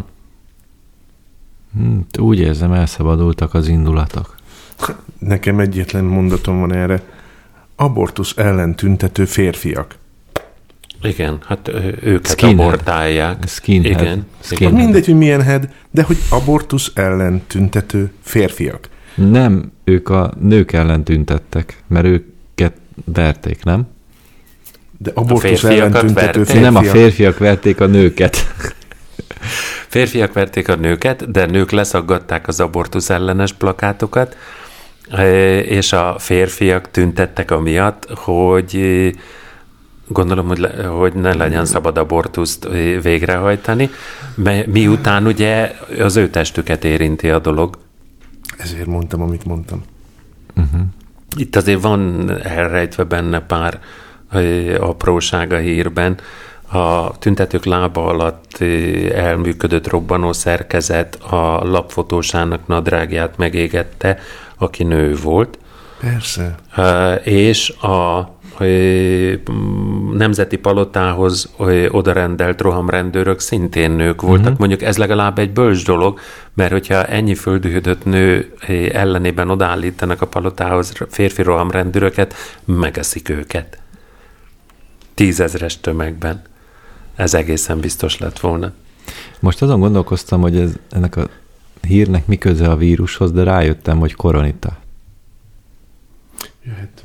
Hmm, úgy érzem, elszabadultak az indulatok. Nekem egyetlen mondatom van erre. Abortusz ellen tüntető férfiak. Igen, hát őket Skinhead. abortálják. Skinhead. Igen. Skinhead. Igen. Mindegy, hogy milyen head, de hogy abortusz ellen tüntető férfiak. Nem, ők a nők ellen tüntettek, mert őket verték, nem? De abortusz férfiakat ellen tüntető verték? férfiak. Nem, a férfiak verték a nőket. Férfiak verték a nőket, de nők leszaggatták az abortusz ellenes plakátokat, és a férfiak tüntettek amiatt, hogy gondolom, hogy, le, hogy ne legyen szabad abortuszt végrehajtani, miután ugye az ő testüket érinti a dolog. Ezért mondtam, amit mondtam. Uh-huh. Itt azért van elrejtve benne pár apróság a hírben. A tüntetők lába alatt elműködött robbanó szerkezet a lapfotósának nadrágját megégette, aki nő volt. Persze. És a Nemzeti Palotához odarendelt rohamrendőrök szintén nők voltak. Uh-huh. Mondjuk ez legalább egy bölcs dolog, mert hogyha ennyi földühödött nő ellenében odaállítanak a palotához férfi rohamrendőröket, megeszik őket. Tízezres tömegben. Ez egészen biztos lett volna. Most azon gondolkoztam, hogy ez, ennek a hírnek mi köze a vírushoz, de rájöttem, hogy koronita. Jöhet.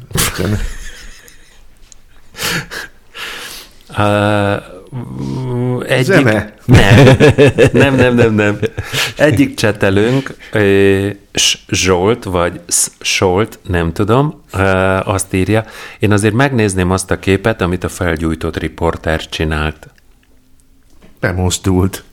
Uh, egyik, Zene? Nem, nem, nem, nem, nem. Egyik csetelünk, Zsolt, vagy Solt, nem tudom, azt írja, én azért megnézném azt a képet, amit a felgyújtott riporter csinált. Bemozdult.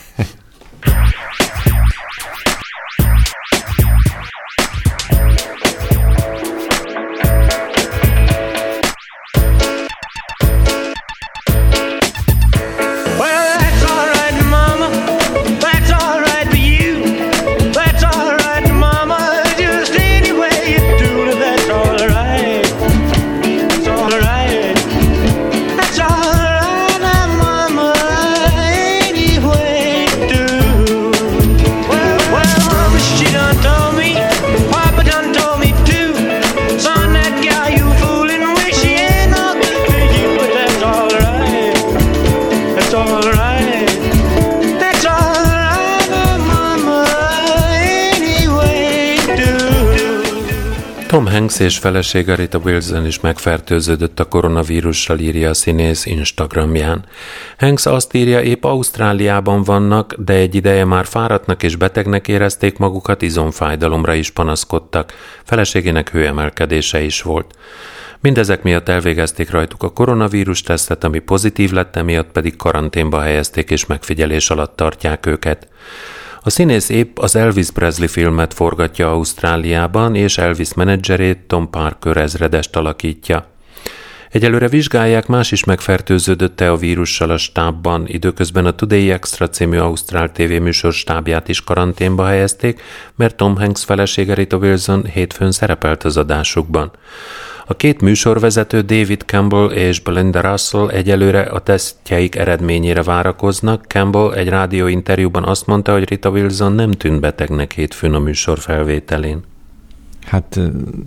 Tom Hanks és felesége Rita Wilson is megfertőződött a koronavírussal, írja a színész Instagramján. Hanks azt írja, épp Ausztráliában vannak, de egy ideje már fáradtnak és betegnek érezték magukat, izomfájdalomra is panaszkodtak. Feleségének hőemelkedése is volt. Mindezek miatt elvégezték rajtuk a koronavírus tesztet, ami pozitív lett, emiatt pedig karanténba helyezték és megfigyelés alatt tartják őket. A színész épp az Elvis Presley filmet forgatja Ausztráliában, és Elvis menedzserét, Tom Parker ezredest alakítja. Egyelőre vizsgálják, más is megfertőződött-e a vírussal a stábban, időközben a Today Extra című ausztrál tévéműsor stábját is karanténba helyezték, mert Tom Hanks felesége Rita Wilson hétfőn szerepelt az adásukban. A két műsorvezető, David Campbell és Belinda Russell egyelőre a tesztjeik eredményére várakoznak. Campbell egy rádióinterjúban azt mondta, hogy Rita Wilson nem tűnt betegnek hétfőn a műsor felvételén. Hát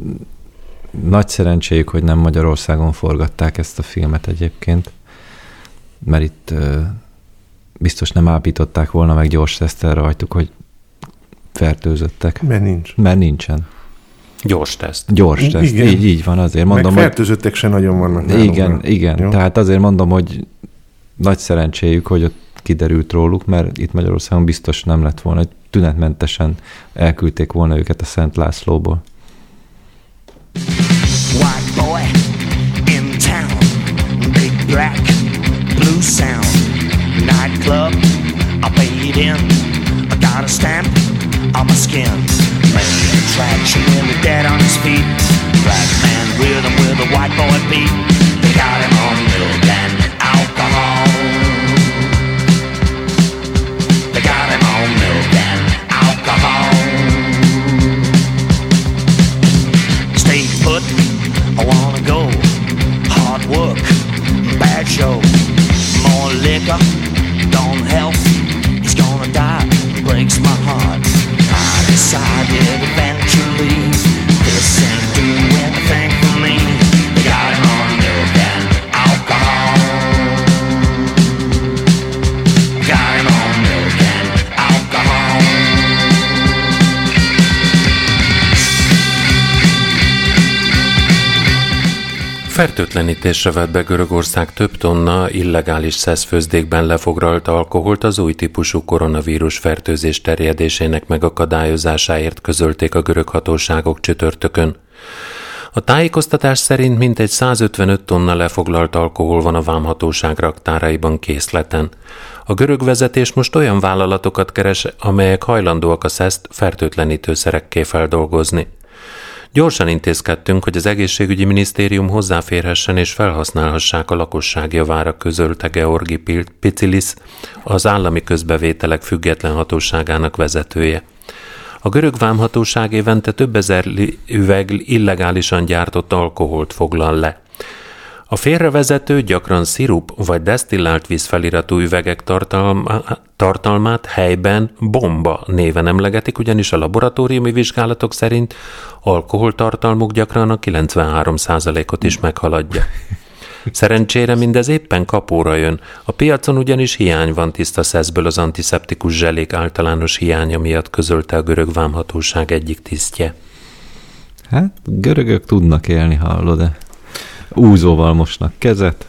nagy szerencséjük, hogy nem Magyarországon forgatták ezt a filmet egyébként, mert itt biztos nem állapították volna meg gyors tesztel rajtuk, hogy fertőzöttek. Mert nincs. Mert nincsen. Gyors teszt. Gyors teszt, igen. így, így van, azért mondom, meg fertőzöttek hogy... se nagyon vannak. Igen, nálunk. igen, Jó? tehát azért mondom, hogy nagy szerencséjük, hogy ott kiderült róluk, mert itt Magyarországon biztos nem lett volna, hogy tünetmentesen elküldték volna őket a Szent Lászlóból. White boy in town, big black, blue sound, nightclub, I paid in, I got a stamp on my skin. Man, attraction when the dead on his feet. Black man rhythm with a white boy beat. They got him on milk and alcohol. They got him on milk and alcohol. Stay put, I wanna go. Hard work, bad show. More liquor, don't help. He's gonna die, breaks my heart. I decided eventually this ain't doing anything for me. They got him on milk and alcohol. Got him on milk and alcohol. Fertőtlenítésre vett be Görögország több tonna illegális szeszfőzdékben lefoglalt alkoholt az új típusú koronavírus fertőzés terjedésének megakadályozásáért, közölték a görög hatóságok csütörtökön. A tájékoztatás szerint mintegy százötvenöt tonna lefoglalt alkohol van a vámhatóság raktáraiban készleten. A görög vezetés most olyan vállalatokat keres, amelyek hajlandóak a szeszt fertőtlenítőszerekké feldolgozni. Gyorsan intézkedtünk, hogy az egészségügyi minisztérium hozzáférhessen és felhasználhassák a lakosság javára, közölte Georgi Picilis, az állami közbevételek független hatóságának vezetője. A görög vámhatóság évente több ezer üveg illegálisan gyártott alkoholt foglal le. A félrevezető, gyakran szirup vagy desztillált víz feliratú üvegek tartalma, tartalmát helyben bomba néven emlegetik, ugyanis a laboratóriumi vizsgálatok szerint alkoholtartalmuk gyakran a kilencvenhárom százalékot is meghaladja. Szerencsére mindez éppen kapóra jön. A piacon ugyanis hiány van tiszta szeszből az antiszeptikus zselék általános hiánya miatt, közölte a görög vámhatóság egyik tisztje. Hát, görögök tudnak élni, hallod-e? Úzóval mosnak kezet,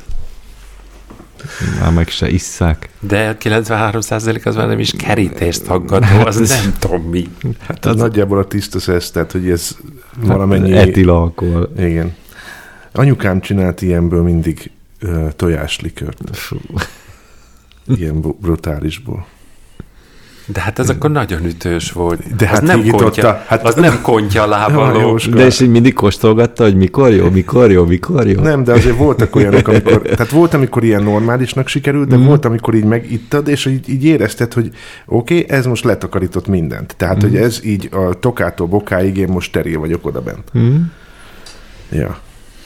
már meg se isszák. De a kilencvenhárom százalék az már nem is kerítést haggató, az nem tudom mi. Hát az nagyjából a tiszta szesz, tehát hogy ez hát valamennyi... Etilalkohol. Igen. Anyukám csinált ilyenből mindig uh, tojáslikört. Ilyen brutálisból. De hát ez akkor nagyon ütős volt. De az hát nem kontya, hát az nem kontya lábaló. De és így mindig kóstolgatta, hogy mikor jó, mikor jó, mikor jó. Nem, de azért voltak olyanok, amikor, tehát volt, amikor ilyen normálisnak sikerült, de mm. volt, amikor így megittad, és így, így érezted, hogy oké, okay, ez most letakarított mindent. Tehát, mm. hogy ez így a tokától bokáig én most steril vagyok odabent. Mm. Ja.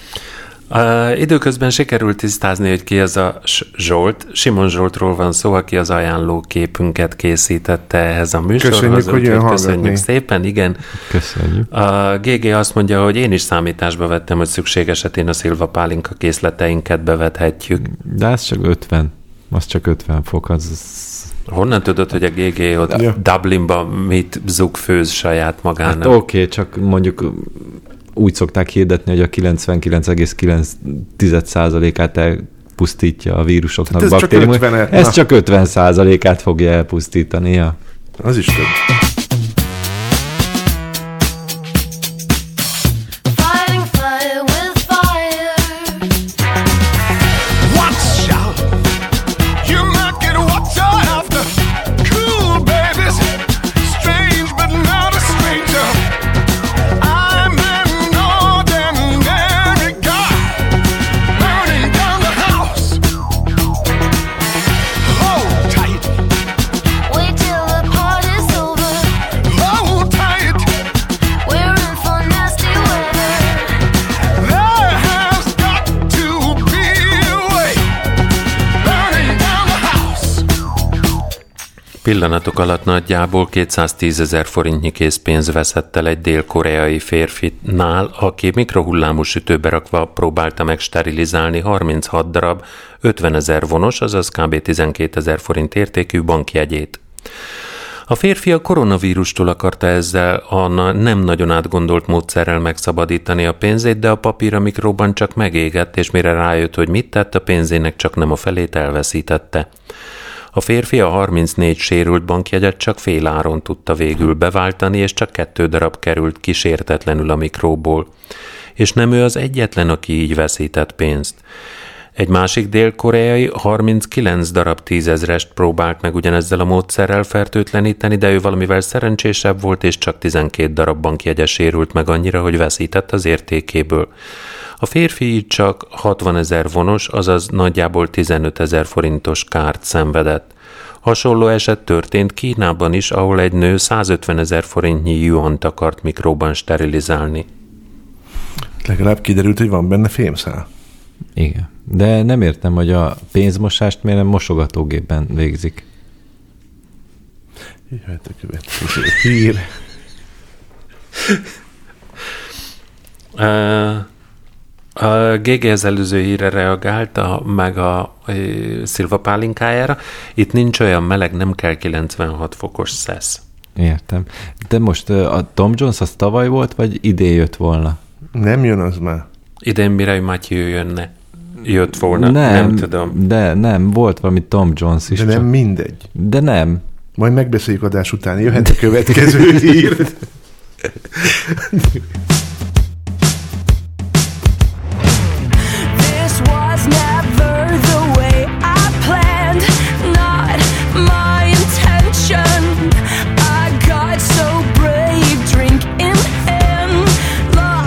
Uh, időközben sikerült tisztázni, hogy ki az a Zsolt. Simon Zsoltról van szó, aki az ajánló képünket készítette ehhez a műsorhoz. Köszönjük, hogy jön hallgatni. Köszönjük szépen, igen. Köszönjük. A gé gé azt mondja, hogy én is számításba vettem, hogy szükség esetén a szilva pálinka készleteinket bevethetjük. De ez csak ötven. Az csak ötven fok. Az... Honnan tudod, hogy a gé gé ott ja. Dublinban mit zugfőz saját magának? Hát oké, okay, csak mondjuk... úgy szokták hirdetni, hogy a kilencvenkilenc egész kilenc százalékát elpusztítja a vírusoknak, ez baktériumok. Csak ez csak ötven százalékát fogja elpusztítani. Ja. Az is több. Pillanatok alatt nagyjából kétszáztízezer forintnyi készpénz veszett el egy dél-koreai férfinál, aki mikrohullámú sütőbe rakva próbálta meg sterilizálni harminchat darab ötvenezer vonos, azaz kb. tizenkétezer forint értékű bankjegyét. A férfi a koronavírustól akarta ezzel a nem nagyon átgondolt módszerrel megszabadítani a pénzét, de a papír a mikróban csak megégett, és mire rájött, hogy mit tett, a pénzének csak nem a felét elveszítette. A férfi a harmincnégy sérült bankjegyet csak fél áron tudta végül beváltani, és csak kettő darab került kísértetlenül a mikróból. És nem ő az egyetlen, aki így veszített pénzt. Egy másik dél-koreai harminckilenc darab tízezrest próbált meg ugyanezzel a módszerrel fertőtleníteni, de ő valamivel szerencsésebb volt, és csak tizenkét darab bankjegye sérült meg annyira, hogy veszített az értékéből. A férfi így csak hatvanezer vonos, azaz nagyjából tizenötezer forintos kárt szenvedett. Hasonló eset történt Kínában is, ahol egy nő százötvenezer forintnyi juant akart mikróban sterilizálni. Legalább kiderült, hogy van benne fémszál. Igen. De nem értem, hogy a pénzmosást miért nem mosogatógépben végzik. Jöhet a következő hír. A gé gé az előző hírre reagálta, meg a szilva pálinkájára. Itt nincs olyan meleg, nem kell kilencvenhat fokos szesz. Értem. De most a Tom Jones az tavaly volt, vagy idén jött volna? Nem jön az már. Idén Mirai Matthew jönne. Jött volna, nem, nem tudom. De nem, volt valami Tom Jones is. De nem csak... mindegy. De nem. Majd megbeszéljük adás után, jöhet a következő hír. I got so brave, drink in hand,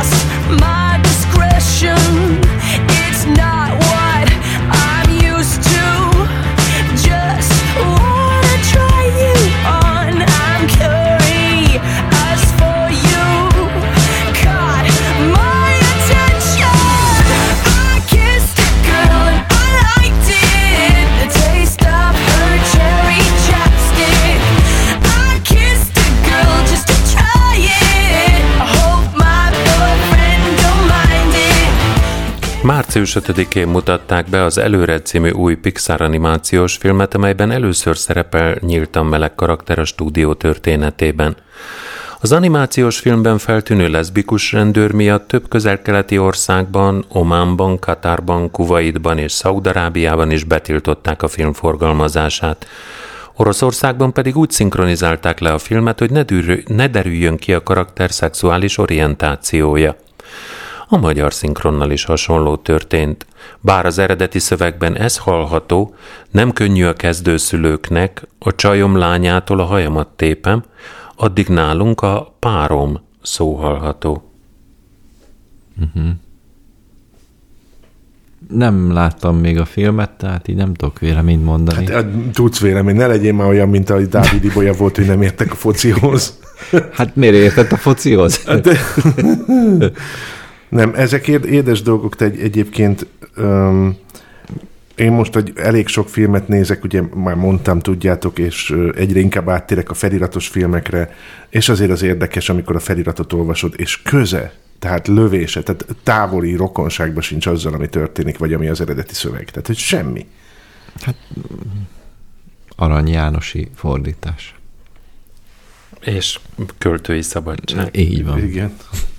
március ötödikén mutatták be az Előre című új Pixar animációs filmet, amelyben először szerepel nyíltan meleg karakter a stúdió történetében. Az animációs filmben feltűnő leszbikus rendőr miatt több közel-keleti országban, Ománban, Katárban, Kuwaitban és Szaúd-Arábiában is betiltották a film forgalmazását. Oroszországban pedig úgy szinkronizálták le a filmet, hogy ne, dűrő, ne derüljön ki a karakter szexuális orientációja. A magyar szinkronnal is hasonló történt. Bár az eredeti szövegben ez hallható, nem könnyű a kezdőszülőknek, a csajom lányától a hajamat tépem, addig nálunk a párom szó hallható. Uh-huh. Nem láttam még a filmet, tehát így nem tudok véleményt mondani. Hát tudsz vélemény, ne legyél már olyan, mint ahogy Dávid Ibolya volt, hogy nem értek a focihoz. Hát miért értett a focihoz? Hát, nem, ezek édes dolgok, te egy, egyébként um, én most egy, elég sok filmet nézek, ugye már mondtam, tudjátok, és egyre inkább áttérek a feliratos filmekre, és azért az érdekes, amikor a feliratot olvasod, és köze, tehát lövése, tehát távoli rokonságban sincs azzal, ami történik, vagy ami az eredeti szöveg. Tehát, hogy semmi. Hát Arany Jánosi fordítás. És költői szabadság. Így van. Igen.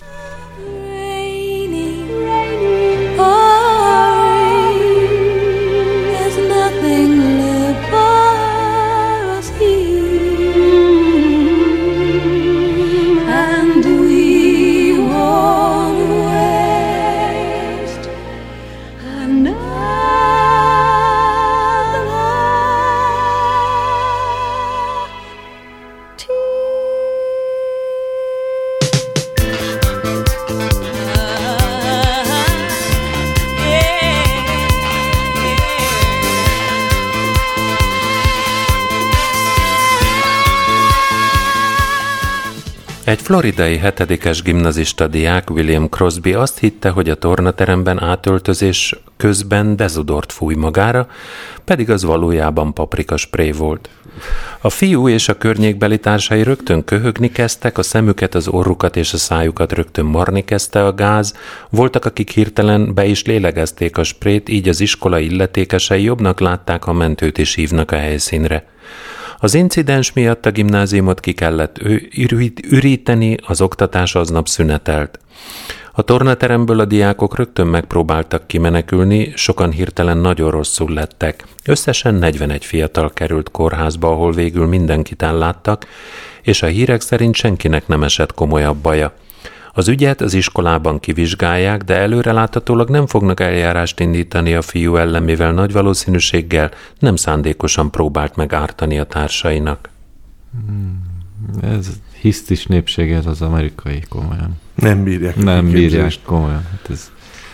Egy floridai hetedikes gimnazista diák, William Crosby azt hitte, hogy a tornateremben átöltözés közben dezodort fúj magára, pedig az valójában paprikaspré volt. A fiú és a környékbeli társai rögtön köhögni kezdtek, a szemüket, az orrukat és a szájukat rögtön marni kezdte a gáz, voltak, akik hirtelen be is lélegezték a sprét, így az iskola illetékesei jobbnak látták, ha mentőt is hívnak a helyszínre. Az incidens miatt a gimnáziumot ki kellett üríteni, az oktatás aznap szünetelt. A tornateremből a diákok rögtön megpróbáltak kimenekülni, sokan hirtelen nagyon rosszul lettek. Összesen negyvenegy fiatal került kórházba, ahol végül mindenkit elláttak, és a hírek szerint senkinek nem esett komolyabb baja. Az ügyet az iskolában kivizsgálják, de előreláthatólag nem fognak eljárást indítani a fiú ellen, mivel nagy valószínűséggel nem szándékosan próbált meg ártani a társainak. Hmm, ez hisztis népség, ez az amerikai, komolyan. Nem bírják. Nem bírják komolyan. Hát ez...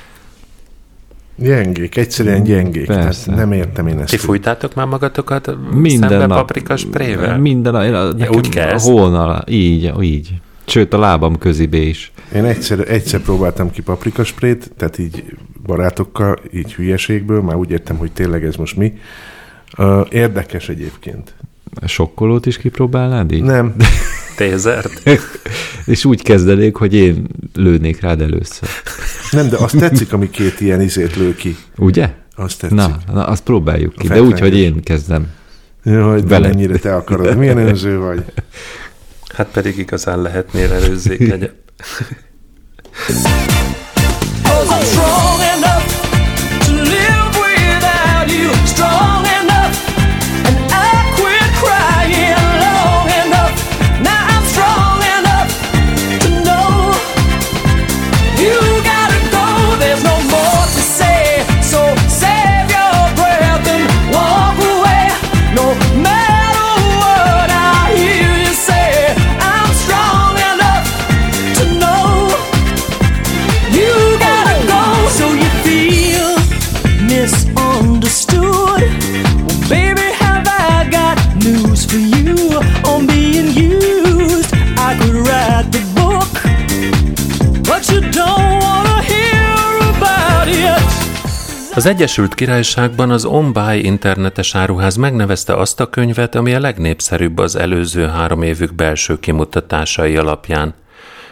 Gyengék, egyszerűen gyengék. Tehát nem értem én ezt. Ti fújtátok már magatokat minden szembe nap, paprikasprével? Minden nap. Ja, úgy kezd? Hónal, így, így. Sőt, a lábam közibé is. Én egyszer, egyszer próbáltam ki paprikasprét, tehát így barátokkal, így hülyeségből, már úgy értem, hogy tényleg ez most mi. Uh, érdekes egyébként. A sokkolót is kipróbálnád így? Nem. Tézert? És úgy kezdenék, hogy én lőnék rád először. Nem, de azt tetszik, ami két ilyen izét lő ki. Ugye? Azt tetszik. Na, na azt próbáljuk ki, de úgy, hogy én kezdem. Jaj, de mennyire te akarod. Milyen önző vagy? Hát pedig igazán lehetnél előzzékenyebb. Az Egyesült Királyságban az OnBuy internetes áruház megnevezte azt a könyvet, ami a legnépszerűbb az előző három évük belső kimutatásai alapján.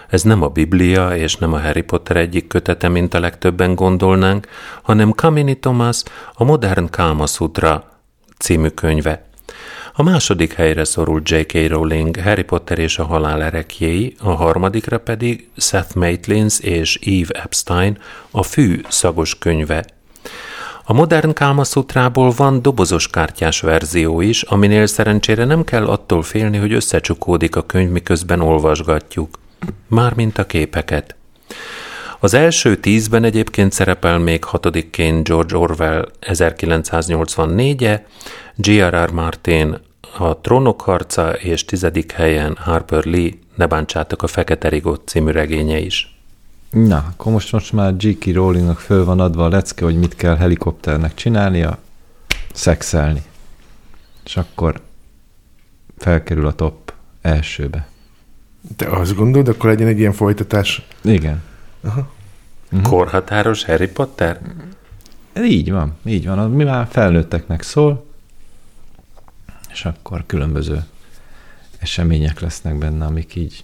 Ez nem a Biblia és nem a Harry Potter egyik kötete, mint a legtöbben gondolnánk, hanem Kamini Thomas a Modern Kama Sutra című könyve. A második helyre szorult dzsé ká. Rowling Harry Potter és a halál ereklyéi, a harmadikra pedig Seth Maitlin's és Eve Epstein a Fű szagos könyve. A Modern Kama Sutrából van dobozos kártyás verzió is, aminél szerencsére nem kell attól félni, hogy összecsukódik a könyv, miközben olvasgatjuk. Mármint a képeket. Az első tízben egyébként szerepel még hatodikként George Orwell ezerkilencszáznyolcvannégye, gé er er Martin a Trónok harca, és tizedik helyen Harper Lee Ne bántsátok a Fekete Rigót című regénye is. Na, akkor most, most már dzsé ká. Rowlingnak föl van adva a lecke, hogy mit kell helikopternek csinálnia, szexelni. És akkor felkerül a top elsőbe. Te azt gondolod, akkor legyen egy ilyen folytatás? Igen. Aha. Uh-huh. Korhatáros Harry Potter? Így van, így van. Mi már felnőtteknek szól, és akkor különböző események lesznek benne, amik így...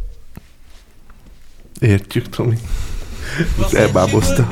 Értjük, Tomi. Elbábozta.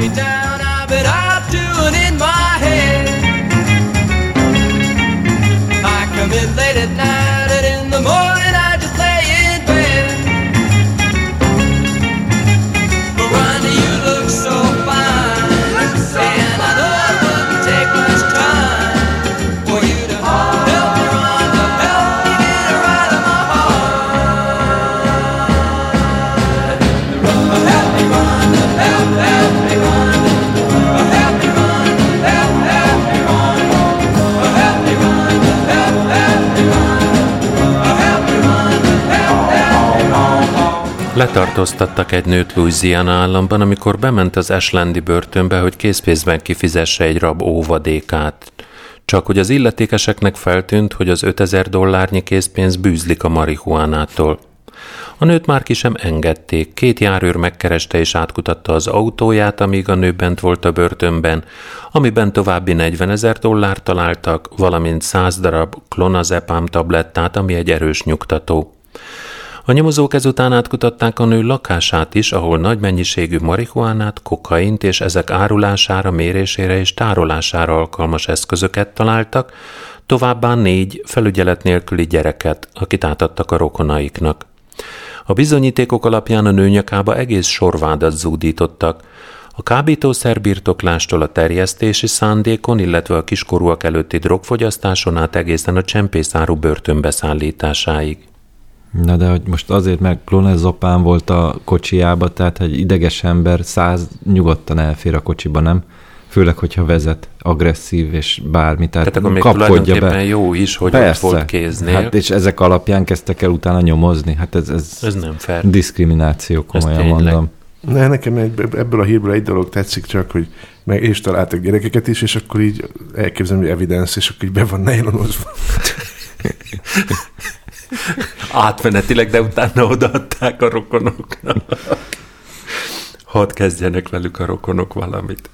Letartóztattak egy nőt Louisiana államban, amikor bement az Ashlandi börtönbe, hogy készpénzben kifizesse egy rab óvadékát. Csak hogy az illetékeseknek feltűnt, hogy az ötezer dollárnyi készpénz bűzlik a marihuánától. A nőt már ki sem engedték, két járőr megkereste és átkutatta az autóját, amíg a nő bent volt a börtönben, amiben további negyvenezer dollár találtak, valamint száz darab klonazepam tablettát, ami egy erős nyugtató. A nyomozók ezután átkutatták a nő lakását is, ahol nagy mennyiségű marihuánát, kokaint és ezek árulására, mérésére és tárolására alkalmas eszközöket találtak, továbbá négy felügyelet nélküli gyereket, akit átadtak a rokonaiknak. A bizonyítékok alapján a nő nyakába egész sorvádat zúdítottak. A kábítószerbirtoklástól a terjesztési szándékon, illetve a kiskorúak előtti drogfogyasztáson át egészen a csempészáru börtönbeszállításáig. Na de hogy most azért, mert klonazepam volt a kocsijába, tehát egy ideges ember száz nyugodtan elfér a kocsiba, nem? Főleg, hogyha vezet, agresszív és bármi. Tehát, tehát akkor még kapkodja be. Jó is, hogy persze, ott volt kéznél. Hát és ezek alapján kezdtek el utána nyomozni. Hát ez, ez, ez nem fair. Diszkrimináció, komolyan mondom. Ne, nekem ebből a hírből egy dolog tetszik csak, hogy meg és találtak gyerekeket is, és akkor így elképzelem, hogy evidence, és akkor így be van nejlonozva. Átmenetileg, de utána odaadták a rokonoknak. Hadd kezdjenek velük a rokonok valamit.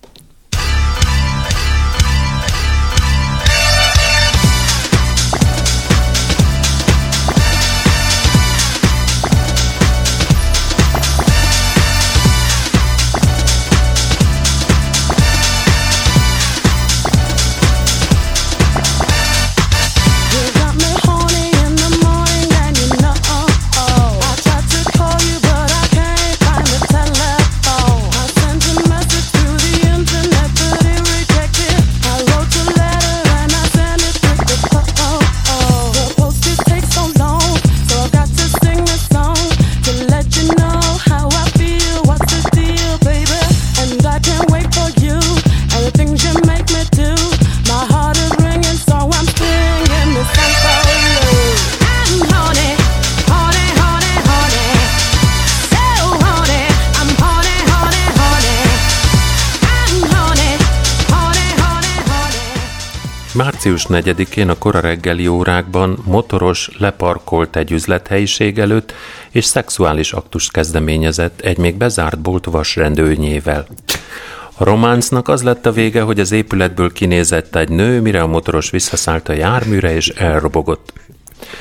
március negyedikén a kora reggeli órákban motoros leparkolt egy üzlethelyiség előtt, és szexuális aktust kezdeményezett egy még bezárt bolt vasrendőnyével. A románcnak az lett a vége, hogy az épületből kinézett egy nő, mire a motoros visszaszállt a járműre és elrobogott.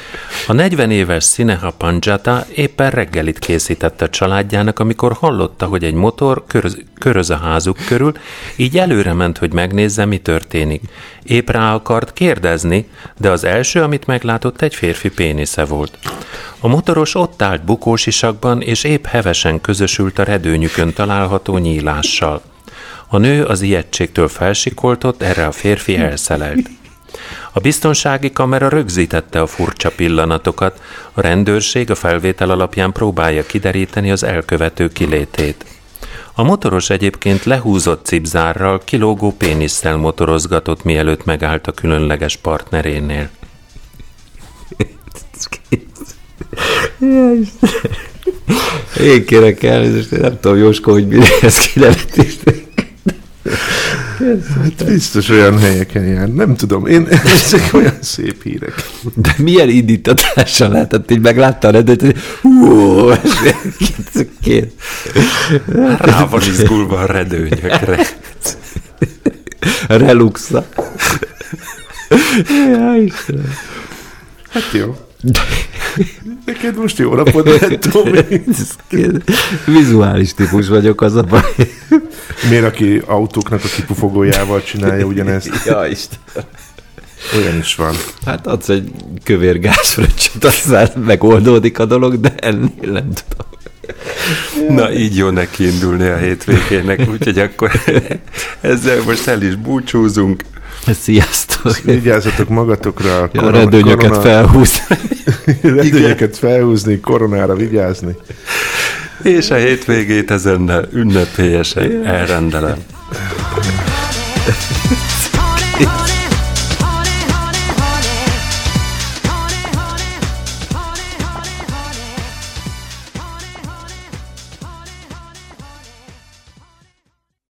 A negyven éves Sineha Panjata éppen reggelit készített a családjának, amikor hallotta, hogy egy motor köröz, köröz a házuk körül, így előre ment, hogy megnézze, mi történik. Épp rá akart kérdezni, de az első, amit meglátott, egy férfi pénisze volt. A motoros ott állt bukósisakban, és épp hevesen közösült a redőnyükön található nyílással. A nő az ijegységtől felsikoltott, erre a férfi elszelelt. A biztonsági kamera rögzítette a furcsa pillanatokat, a rendőrség a felvétel alapján próbálja kideríteni az elkövető kilétét. A motoros egyébként lehúzott cipzárral, kilógó pénisszel motorozgatott, mielőtt megállt a különleges partnerénél. Én kérek elnézést, nem tudom, Jóska, hogy mire ez kinevetést. Hát biztos olyan helyeken jár, nem tudom, én ezek olyan szép hírek. De milyen indítatással lehetett, így meglátta a redőt, hogy hú, két. Rá van izgulva a redőnyökre. Reluxa. Jaj, Istenem. Hát jó. Neked most jó napod lehet, Tomi. Vizuális típus vagyok, az a baj. Miért, aki autóknak a kipufogójával csinálja ugyanezt? Ja, Isten. Olyan is van. Hát adsz egy kövér gázfröccsöt, aztán megoldódik a dolog, de ennél nem tudom. Na, így jó neki indulni a hétvégének, úgyhogy akkor ezzel most el is búcsúzunk. Sziasztok! Vigyázzatok magatokra. A, ja, a redőnyöket korona... felhúzni. redőnyöket felhúzni, koronára vigyázni. És a hétvégét ezennel ünnepélyesen elrendelem.